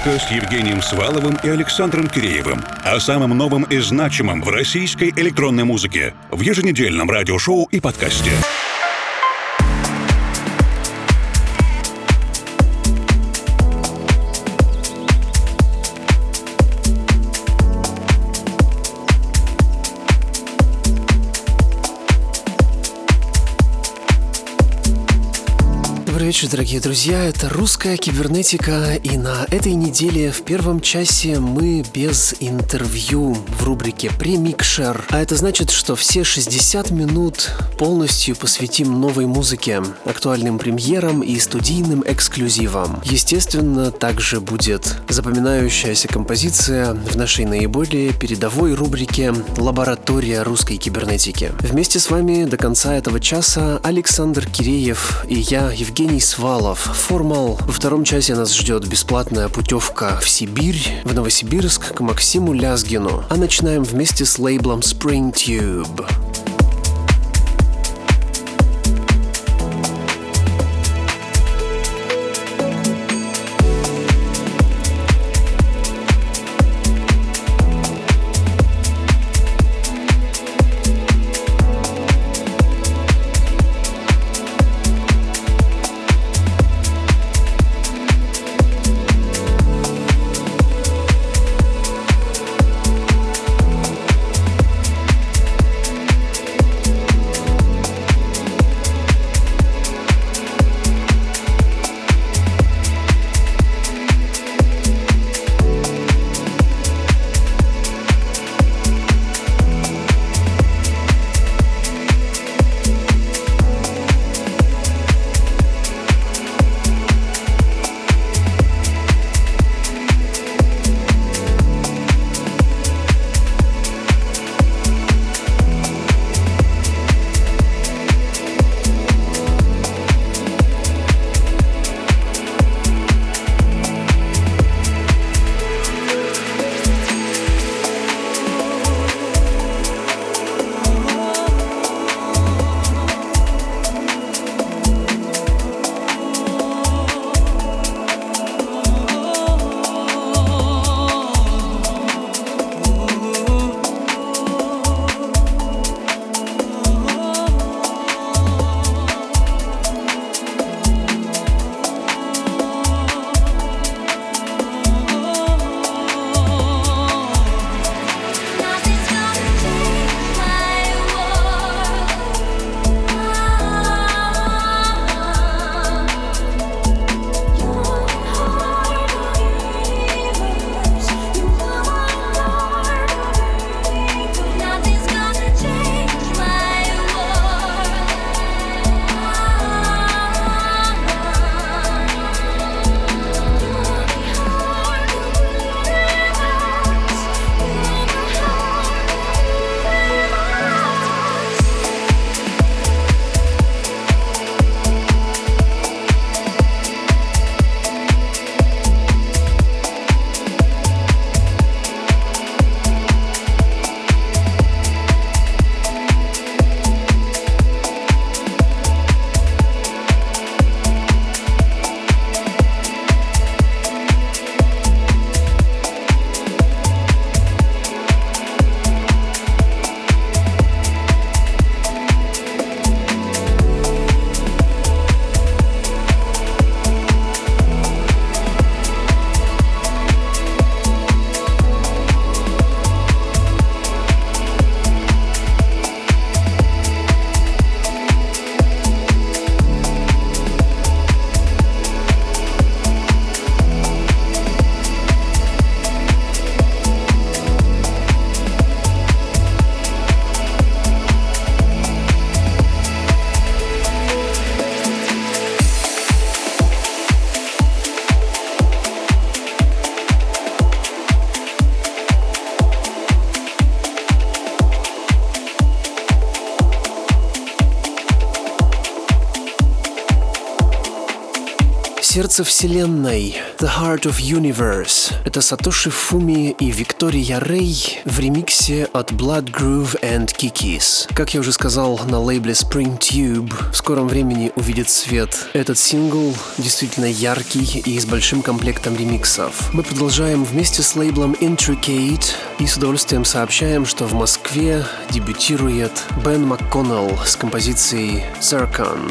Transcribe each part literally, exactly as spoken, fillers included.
музыка с Евгением Сваловым и Александром Киреевым. О самом новом и значимом в российской электронной музыке в еженедельном радиошоу и подкасте. Добрый вечер, дорогие друзья, это «Русская кибернетика», и на этой неделе в первом часе мы без интервью в рубрике «Премикшер». А это значит, что все шестьдесят минут полностью посвятим новой музыке, актуальным премьерам и студийным эксклюзивам. Естественно, также будет запоминающаяся композиция в нашей наиболее передовой рубрике «Лаборатория русской кибернетики». Вместе с вами до конца этого часа Александр Киреев и я, Евгений Свалов. Формал. Во втором часе нас ждет бесплатная путевка в Сибирь, в Новосибирск к Максиму Лязгину. А начинаем вместе с лейблом Spring Tube. Сердце вселенной, The Heart of Universe. Это Сатоши Фуми и Виктория Рэй в ремиксе от Blood Groove and Kikis. Как я уже сказал, на лейбле Spring Tube в скором времени увидит свет этот сингл, действительно яркий и с большим комплектом ремиксов. Мы продолжаем вместе с лейблом Intricate и с удовольствием сообщаем, что в Москве дебютирует Бен МакКоннелл с композицией Zircon.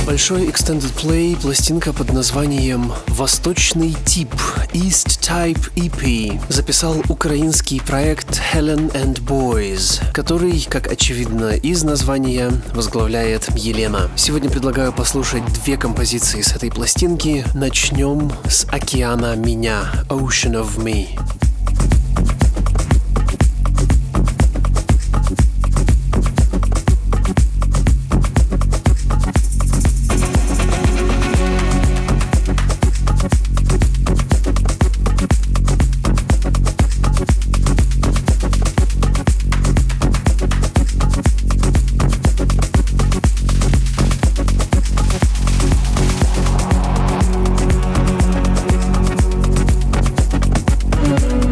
Большой extended play, пластинка под названием «Восточный тип» East Type и пи записал украинский проект Helen and Boys, который, как очевидно из названия, возглавляет Елена. Сегодня предлагаю послушать две композиции с этой пластинки. Начнем с «Океана меня» Ocean of Me. We'll be right back.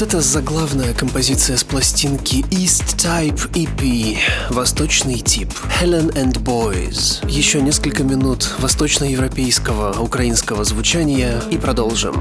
Это заглавная композиция с пластинки East Type и пи, восточный тип, Helen and Boys. Еще несколько минут восточноевропейского, украинского звучания и продолжим.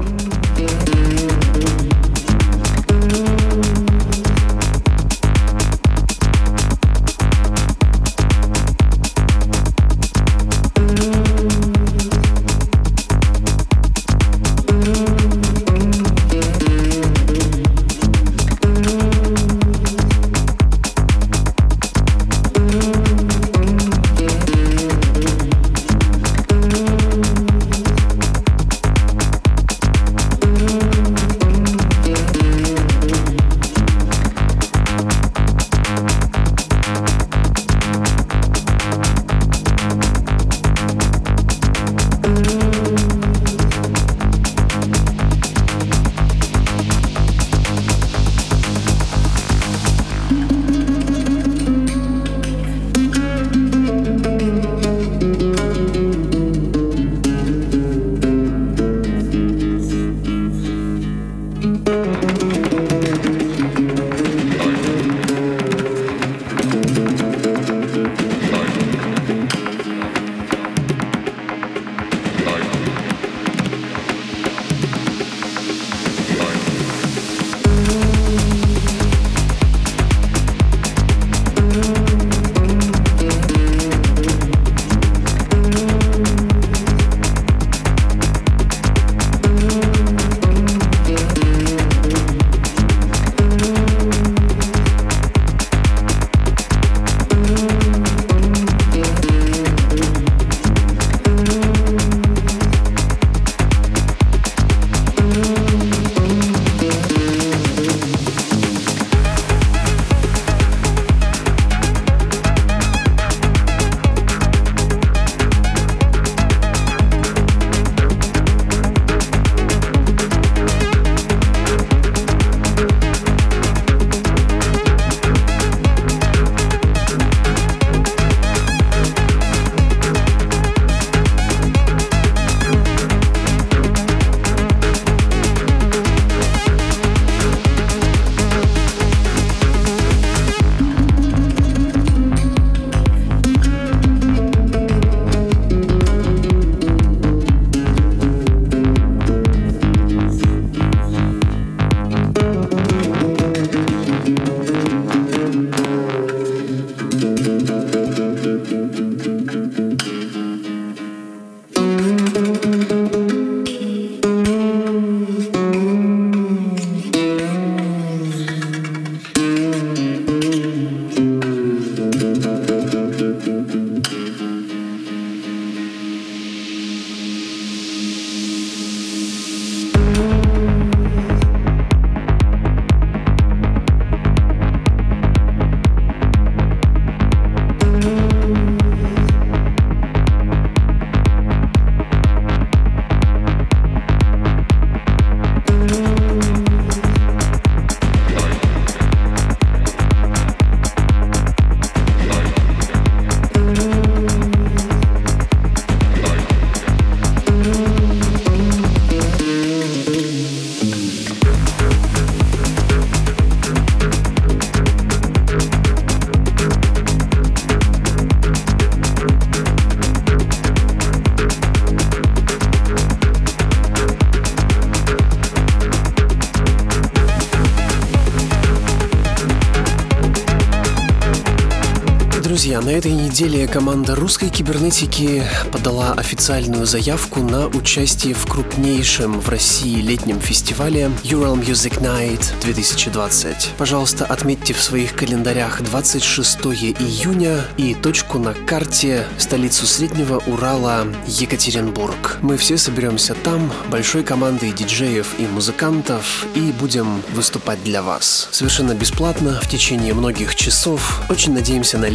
Друзья, на этой неделе команда русской кибернетики подала официальную заявку на участие в крупнейшем в России летнем фестивале Ural Music Night две тысячи двадцать. Пожалуйста, отметьте в своих календарях двадцать шестого июня и точку на карте столицу Среднего Урала Екатеринбург. Мы все соберемся там большой командой диджеев и музыкантов и будем выступать для вас. Совершенно бесплатно, в течение многих часов. Очень надеемся на личную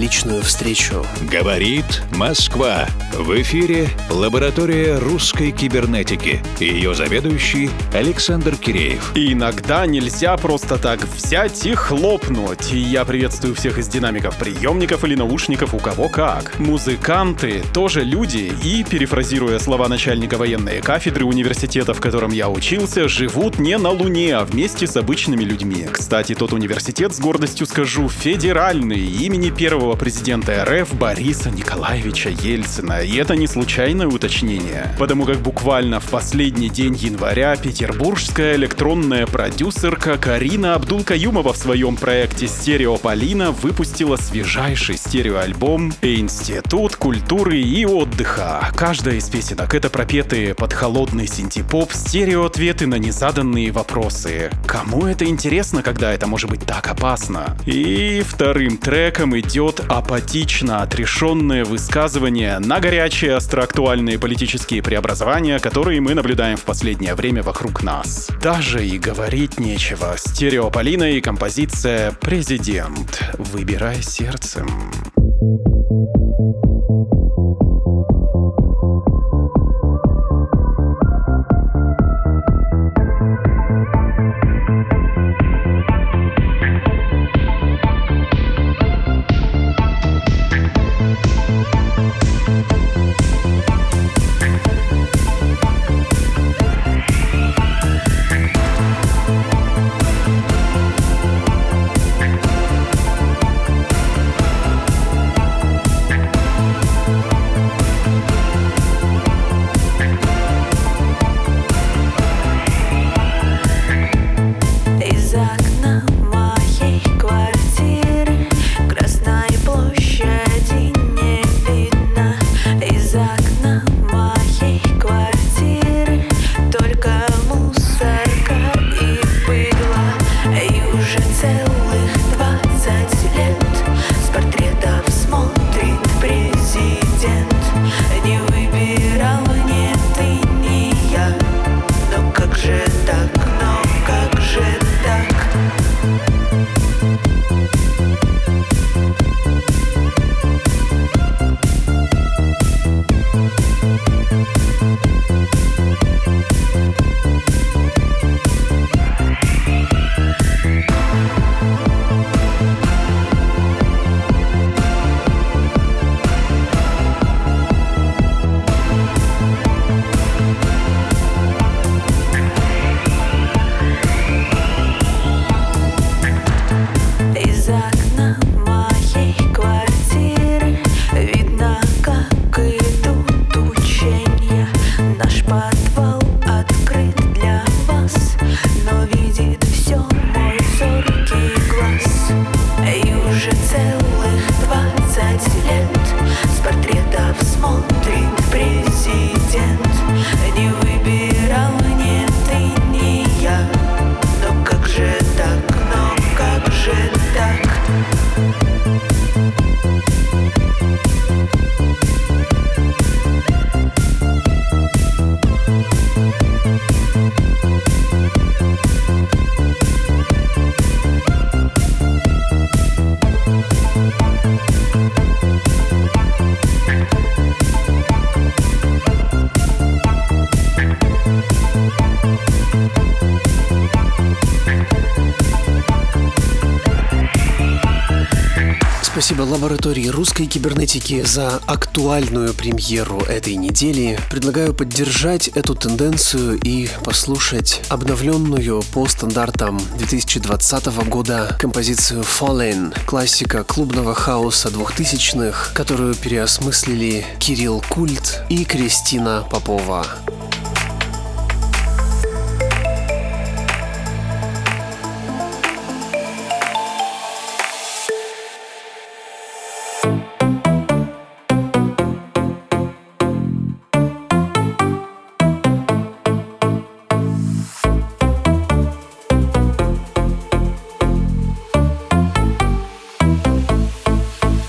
удачную встречу. Говорит Москва. В эфире лаборатория русской кибернетики. Ее заведующий Александр Киреев. И иногда нельзя просто так взять и хлопнуть. И я приветствую всех из динамиков приемников или наушников, у кого как. Музыканты тоже люди, и, перефразируя слова начальника военной кафедры университета, в котором я учился, живут не на Луне, а вместе с обычными людьми. Кстати, тот университет, с гордостью скажу, федеральный, имени первого президента РФ Бориса Николаевича Ельцина. И это не случайное уточнение, потому как буквально в последний день января петербургская электронная продюсерка Карина Абдулкаюмова в своем проекте «Стереополина» выпустила свежайший стереоальбом «Институт культуры и отдыха». Каждая из песенок — это пропетые под холодный синтепоп стереоответы на незаданные вопросы. Кому это интересно, когда это может быть так опасно? И вторым треком идет апатично отрешенное высказывание на горячие остроактуальные политические преобразования, которые мы наблюдаем в последнее время вокруг нас. Даже и говорить нечего. Стереополина и композиция «Президент. Выбирай сердцем». Спасибо лаборатории русской кибернетики за актуальную премьеру этой недели. Предлагаю поддержать эту тенденцию и послушать обновленную по стандартам две тысячи двадцатого года композицию Fallen, классика клубного хаоса двухтысячных, которую переосмыслили Кирилл Культ и Кристина Попова.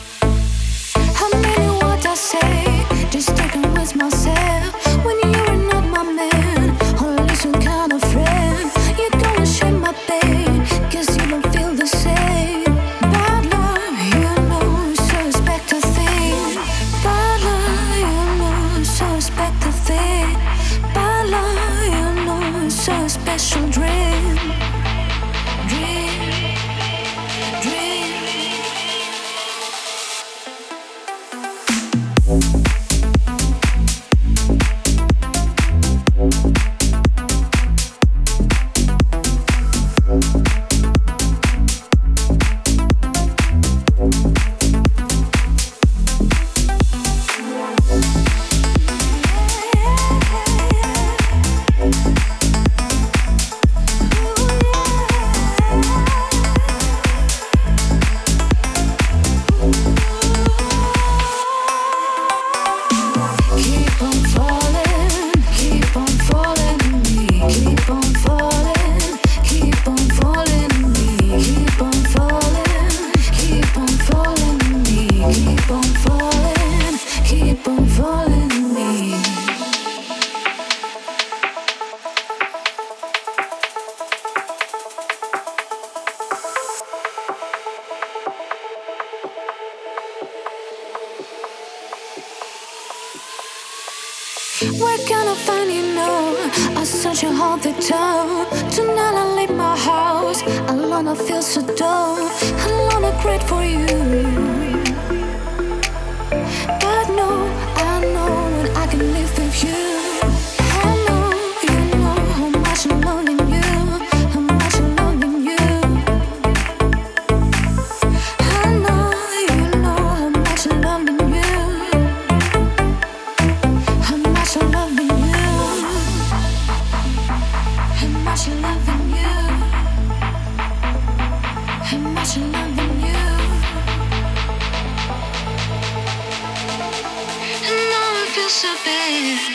Say, just taking with myself when you're in keep on falling me. Where can I find you now? I search all the time. Tonight I leave my house alone. I feel so dumb. Alone I great for you. God no, I know when I can live with you. I know you know how much I'm loving you, how much I'm loving you. I know you know how much I'm loving you, how much I'm loving you, how much I'm loving you, how much I'm loving you. And now I feel so bad.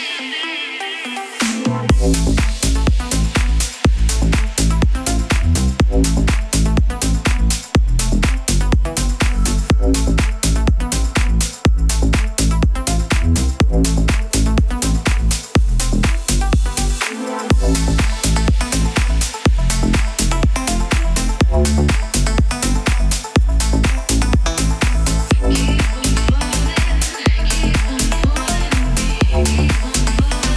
Keep on falling, keep on falling, keep on falling.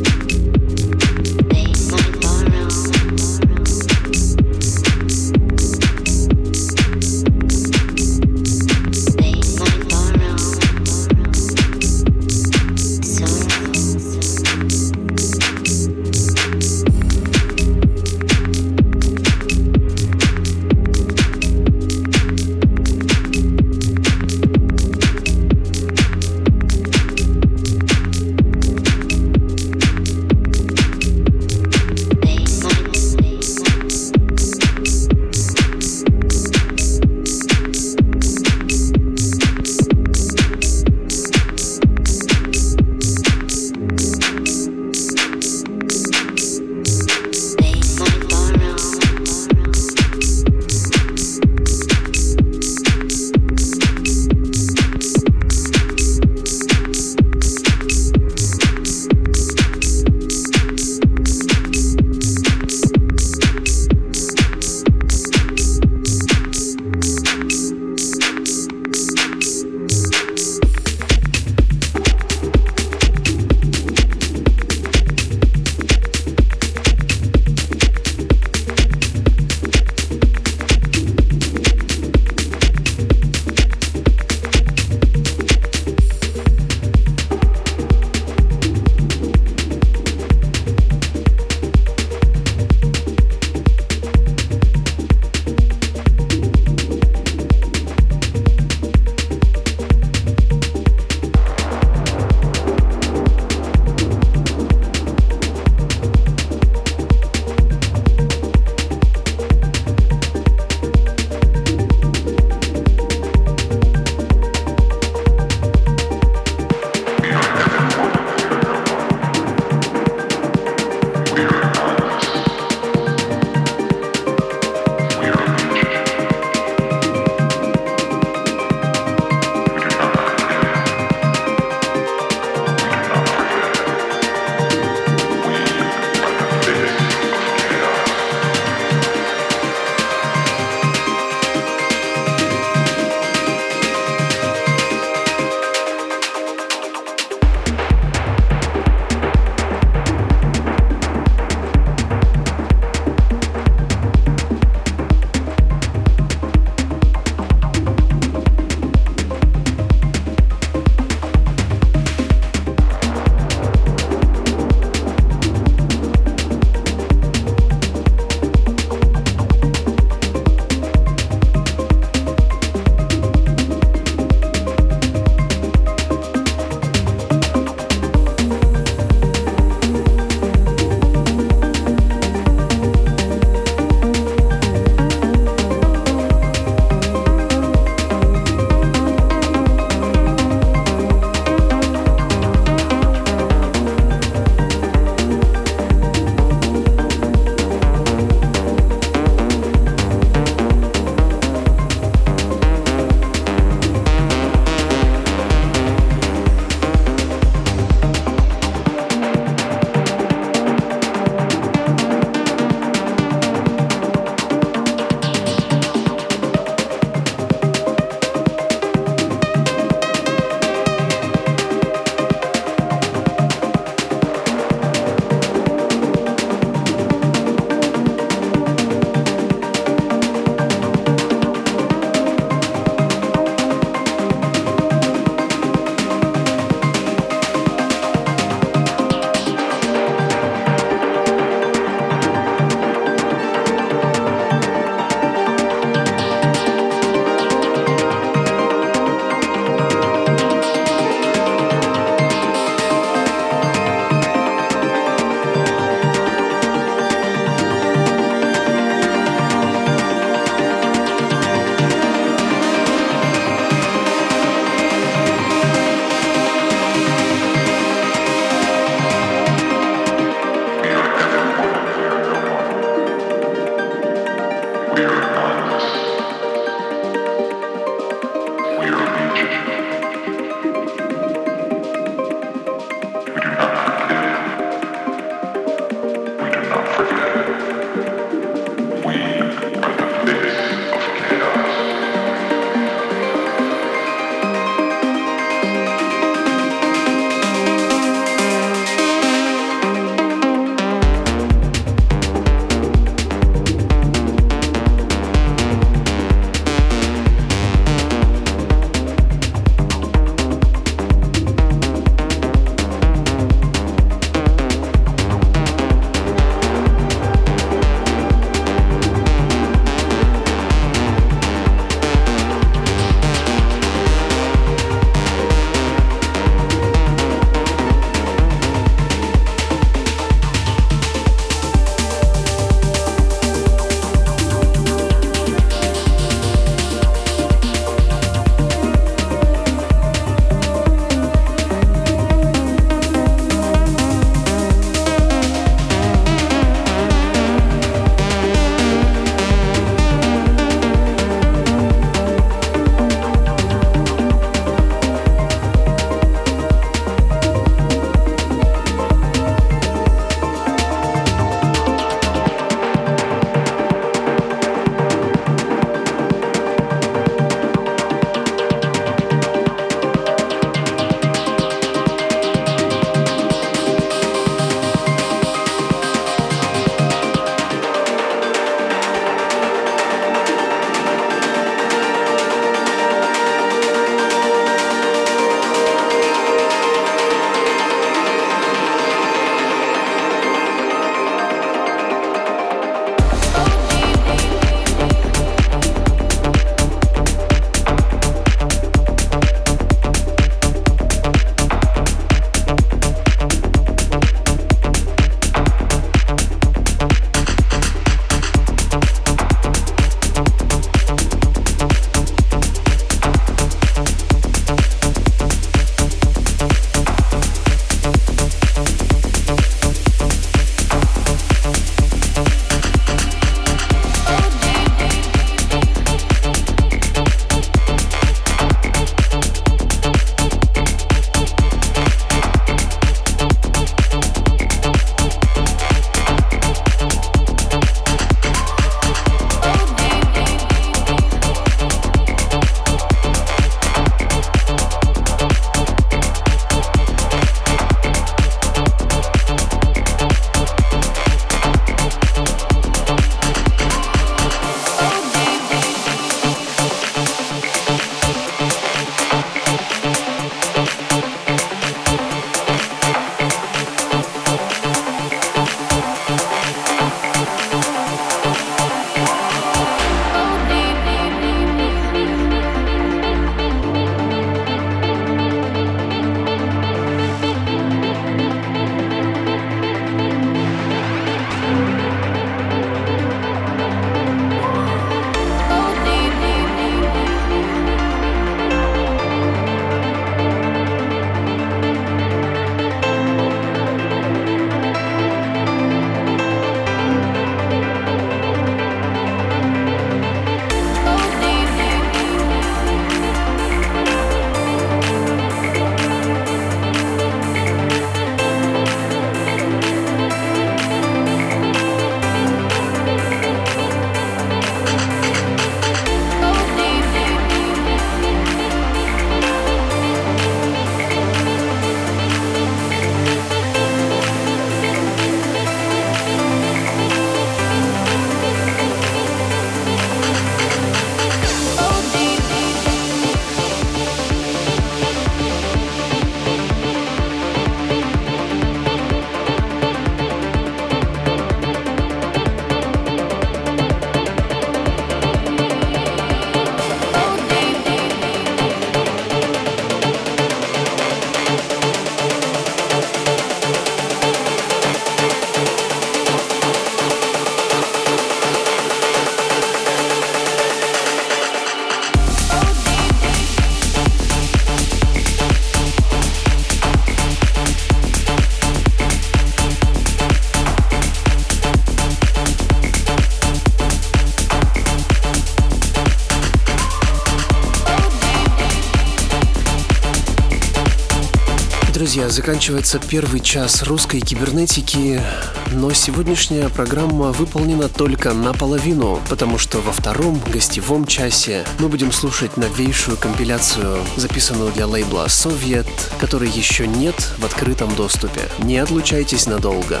друзья, заканчивается первый час русской кибернетики, но сегодняшняя программа выполнена только наполовину, потому что во втором гостевом часе мы будем слушать новейшую компиляцию, записанную для лейбла Soviet, которой еще нет в открытом доступе. Не отлучайтесь надолго.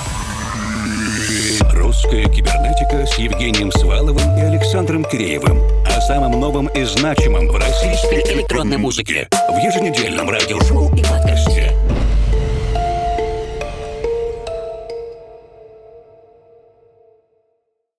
Русская кибернетика с Евгением Сваловым и Александром Киреевым. О самом новом и значимом в российской электронной музыке. В еженедельном радиошоу и подкасте.